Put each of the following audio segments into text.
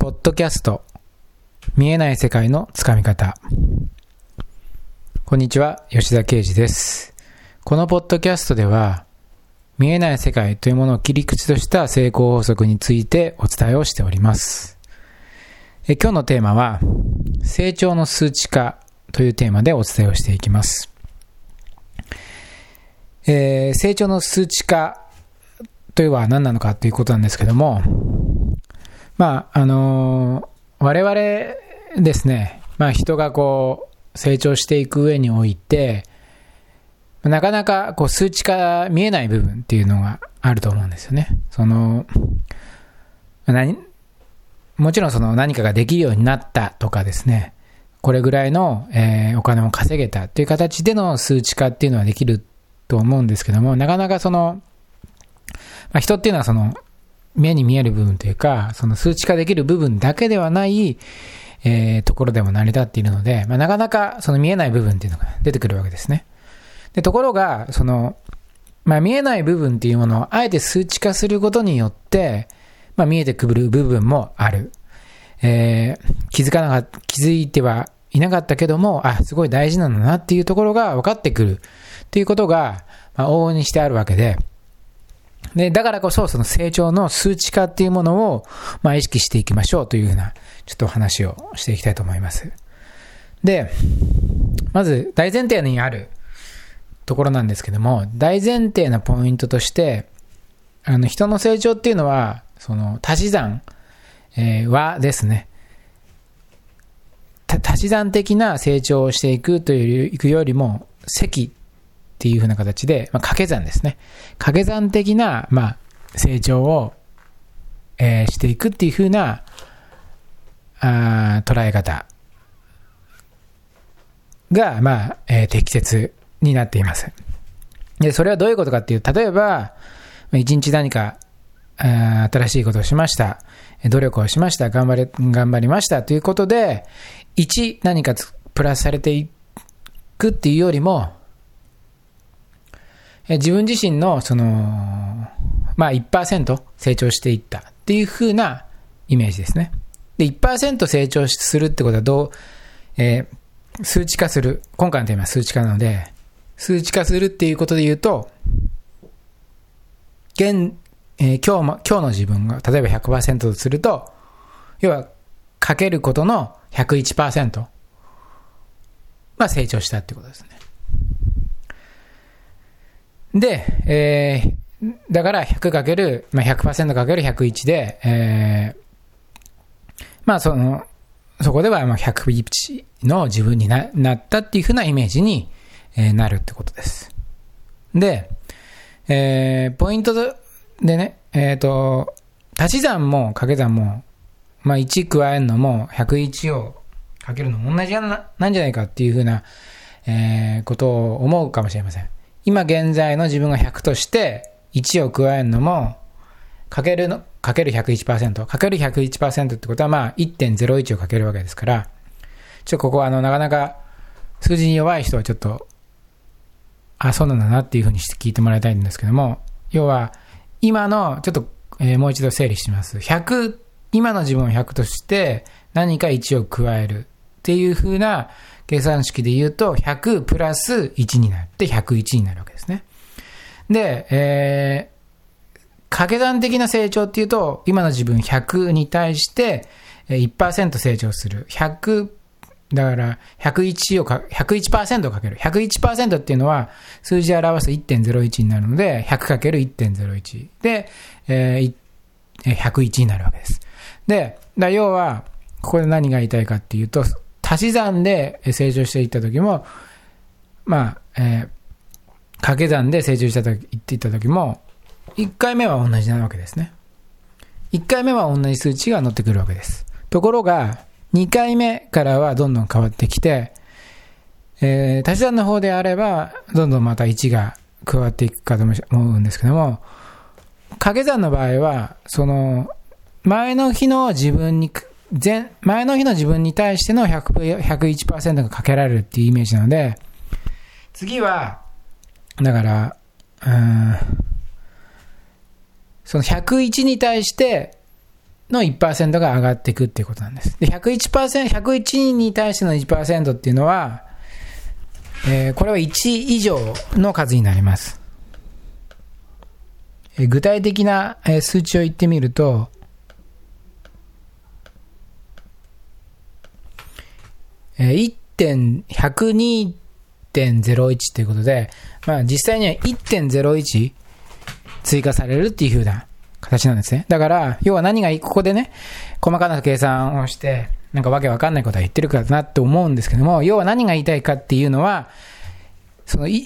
ポッドキャスト見えない世界のつかみ方。こんにちは、吉田啓二です。このポッドキャストでは見えない世界というものを切り口とした成功法則についてお伝えをしております。今日のテーマは成長の数値化というテーマでお伝えをしていきます。成長の数値化というのは何なのかということなんですけども、我々ですね、人が成長していく上において、なかなか数値化見えない部分っていうのがあると思うんですよね。もちろん何かができるようになったとかですね、これぐらいの、お金を稼げたという形での数値化っていうのはできると思うんですけども、なかなか人っていうのは目に見える部分というか、数値化できる部分だけではない、ところでも成り立っているので、なかなか見えない部分っていうのが出てくるわけですね。で、ところが見えない部分っていうものをあえて数値化することによって、見えてくる部分もある。気づいてはいなかったけども、すごい大事なんだなっていうところが分かってくるっていうことが、往々にしてあるわけで、だからこそ成長の数値化っていうものを、意識していきましょうというふうなちょっとお話をしていきたいと思います。で、まず大前提にあるところなんですけども、大前提なポイントとして、人の成長っていうのは足し算、はですね、足し算的な成長をしていくというよりも積っていう風な形で、掛け算ですね。掛け算的な、成長を、していくっていう風な捉え方が、適切になっています。で、それはどういうことかっていう、例えば一日何か新しいことをしました、努力をしました、頑張りましたということで1何かプラスされていくっていうよりも、自分自身の1% 成長していったっていう風なイメージですね。で 1% 成長するってことは数値化する。今回のテーマは数値化なので、数値化するっていうことで言うと、今日の自分が例えば 100% とすると、要はかけることの 101% 成長したってことですね。で、だから 100% かける101で、そこでは101の自分になったっていうふうなイメージになるってことです。で、ポイントでね、足し算も掛け算も、1加えるのも101をかけるのも同じなんじゃないかっていうふうな、ことを思うかもしれません。今現在の自分が100として1を加えるのもかける 101% かける 101% ってことは1.01 をかけるわけですから、ここはなかなか数字に弱い人はちょっとそうなんだなっていうふうにして聞いてもらいたいんですけども、要は今のちょっと、もう一度整理します。今の自分を100として何か1を加えるっていうふうな計算式で言うと、100プラス1になって101になるわけですね。で、掛け算的な成長っていうと、今の自分100に対して 1% 成長する。100だから101を101% かける 101% っていうのは数字を表す 1.01 になるので 100×1.01 で、101になるわけです。で、要はここで何が言いたいかっていうと、足し算で成長していった時も掛け算で成長していった時も1回目は同じなわけですね。1回目は同じ数値が載ってくるわけです。ところが2回目からはどんどん変わってきて、足し算の方であればどんどんまた1が加わっていくかと思うんですけども、掛け算の場合は前の日の自分に対しての 101% がかけられるっていうイメージなので、次はだからその101に対しての 1% が上がっていくっていうことなんです。で、101に対しての 1% っていうのは、これは1以上の数になります。具体的な数値を言ってみると、102.01 ということで、実際には 1.01 追加されるっていう風な形なんですね。だから、要は何がここでね、細かな計算をして、なんかわけわかんないことは言ってるからなって思うんですけども、要は何が言いたいかっていうのは、その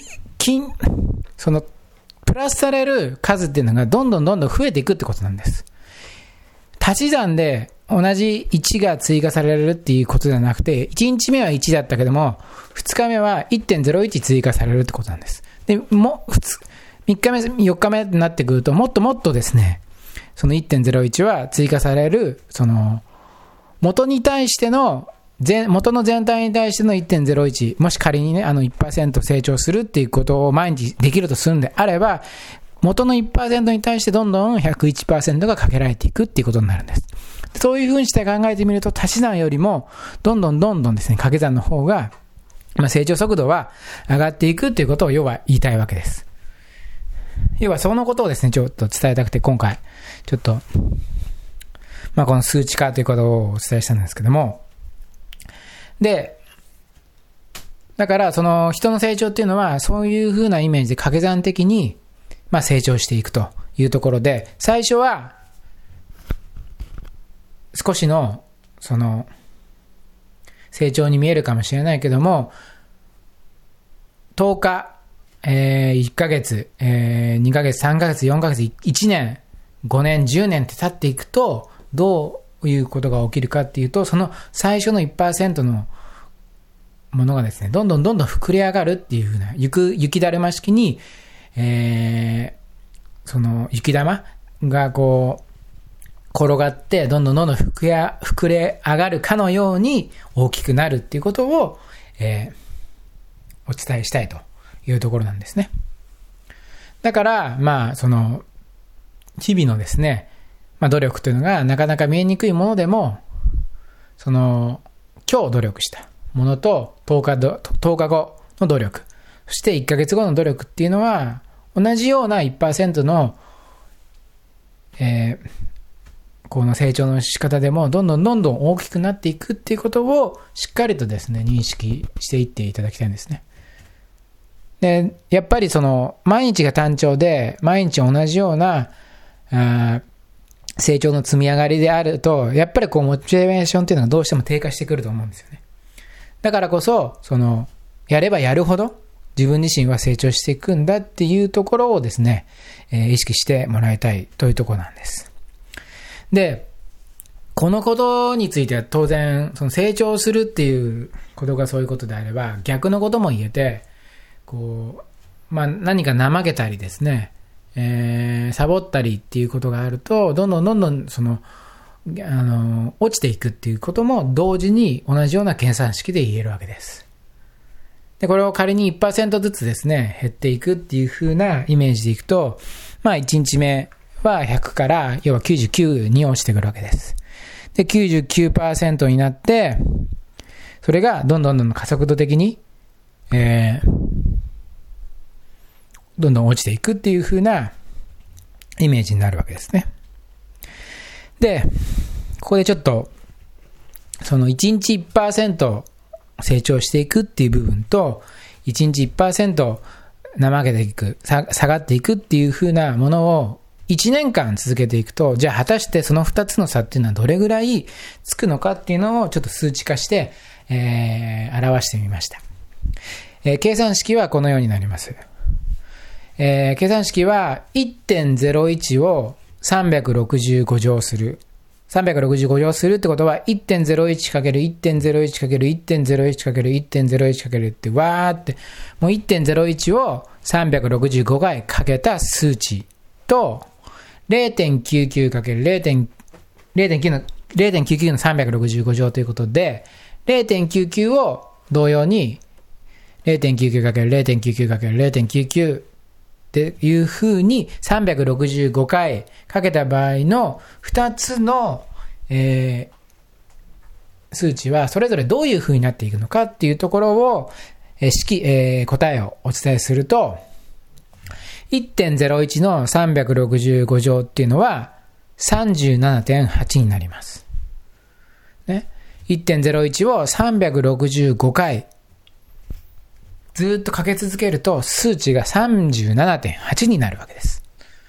プラスされる数っていうのがどんどん増えていくってことなんです。足し算で同じ1が追加されるっていうことではなくて、1日目は1だったけども、2日目は 1.01 追加されるってことなんです。で、3日目、4日目になってくると、もっとですね、その 1.01 は追加される、その、元に対しての、元の全体に対しての 1.01、もし仮にね、1% 成長するっていうことを毎日できるとするんであれば、元の 1% に対してどんどん 101% がかけられていくっていうことになるんです。そういうふうにして考えてみると、足し算よりも、どんどんですね、掛け算の方が、成長速度は上がっていくっていうことを要は言いたいわけです。要はそのことをですね、ちょっと伝えたくて、今回、ちょっと、この数値化ということをお伝えしたんですけども、で、だからその人の成長っていうのは、そういう風なイメージで掛け算的に、成長していくというところで、最初は、少しの、その、成長に見えるかもしれないけども、10日、1ヶ月、2ヶ月、3ヶ月、4ヶ月、1年、5年、10年って経っていくと、どういうことが起きるかっていうと、その最初の 1% のものがですね、どんどん膨れ上がるっていう風な、雪だるま式に、その雪玉がこう、転がって、どんどん膨れ上がるかのように大きくなるっていうことを、お伝えしたいというところなんですね。だから、その、日々のですね、努力というのがなかなか見えにくいものでも、その、今日努力したものと10日後の努力、そして1ヶ月後の努力っていうのは、同じような 1% の、この成長の仕方でもどんどん大きくなっていくっていうことをしっかりとですね、認識していっていただきたいんですね。で、やっぱりその、毎日が単調で、毎日同じような、成長の積み上がりであると、やっぱりこう、モチベーションっていうのがどうしても低下してくると思うんですよね。だからこそ、その、やればやるほど、自分自身は成長していくんだっていうところをですね、意識してもらいたいというところなんです。で、このことについては当然、その成長するっていうことがそういうことであれば、逆のことも言えて、こう、何か怠けたりですね、サボったりっていうことがあると、どんどんその、落ちていくっていうことも同時に同じような計算式で言えるわけです。で、これを仮に 1% ずつですね、減っていくっていう風なイメージでいくと、1日目は100から要は99に落ちてくるわけです。で、99% になって、それがどんどん加速度的に、どんどん落ちていくっていう風なイメージになるわけですね。で、ここでちょっと、その1日 1% 成長していくっていう部分と、1日 1% 怠けていく、下がっていくっていう風なものを1年間続けていくと、じゃあ果たしてその2つの差っていうのはどれぐらいつくのかっていうのをちょっと数値化して、表してみました。計算式はこのようになります。計算式は 1.01 を365乗する。365乗するってことは 1.01×1.01×1.01×1.01× ってわーってもう 1.01 を365回かけた数値と 0.99×0.99 の365乗ということで 0.99 を同様に 0.99×0.99×0.99 っていう風に365回かけた場合の2つの数値はそれぞれどういう風になっていくのかっていうところを、答えをお伝えすると、1.01 の365乗っていうのは 37.8 になります。ね。1.01 を365回ずっとかけ続けると数値が 37.8 になるわけです。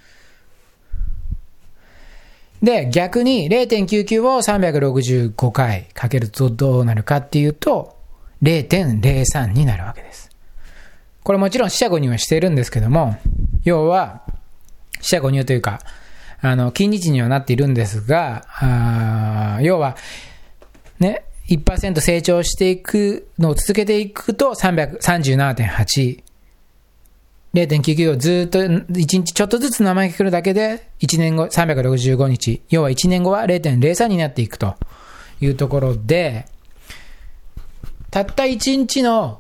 で、逆に 0.99 を365回かけるとどうなるかっていうと 0.03 になるわけです。これもちろん四捨五入はしているんですけども、要は四捨五入というか近似値にはなっているんですが、要はね、1% 成長していくのを続けていくと 37.8、0.99 をずっと1日ちょっとずつ名前が来るだけで1年後365日、要は1年後は 0.03 になっていくというところで、たった1日の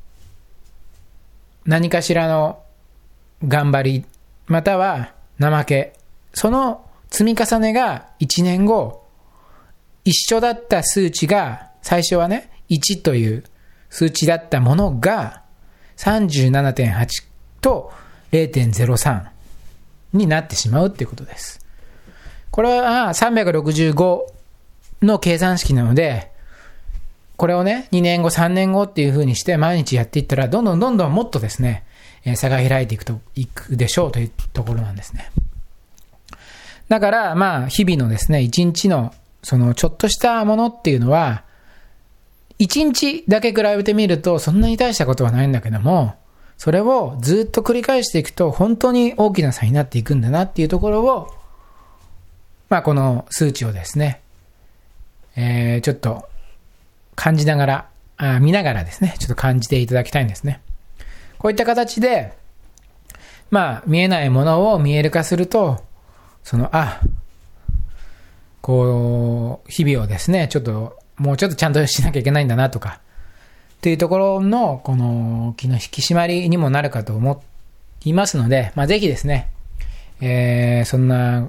何かしらの頑張りまたは怠け、その積み重ねが1年後一緒だった数値が最初はね1という数値だったものが 37.8 と 0.03 になってしまうっていうことです。これは365の計算式なので、これをね2年後3年後っていう風にして毎日やっていったらどんどんもっとですね差が開いていくでしょうというところなんですね。だから日々のですね1日のそのちょっとしたものっていうのは1日だけ比べてみるとそんなに大したことはないんだけども、それをずっと繰り返していくと本当に大きな差になっていくんだなっていうところをこの数値をですね、ちょっと感じながら見ながらですねちょっと感じていただきたいんですね。こういった形で見えないものを見える化すると、こう日々をですねもうちょっとちゃんとしなきゃいけないんだなとかっていうところのこの気の引き締まりにもなるかと思いますので、ぜひですね、そんな、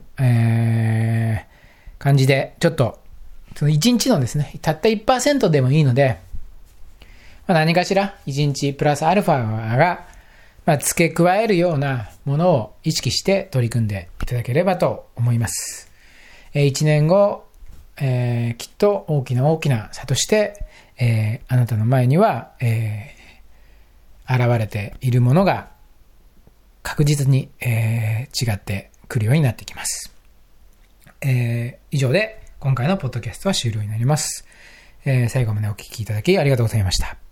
感じでちょっとその1日のですねたった 1% でもいいので、何かしら1日プラスアルファが付け加えるようなものを意識して取り組んでいただければと思います。1年後、きっと大きな差として、あなたの前には、現れているものが確実に、違ってくるようになってきます。以上で今回のポッドキャストは終了になります。最後までお聞きいただきありがとうございました。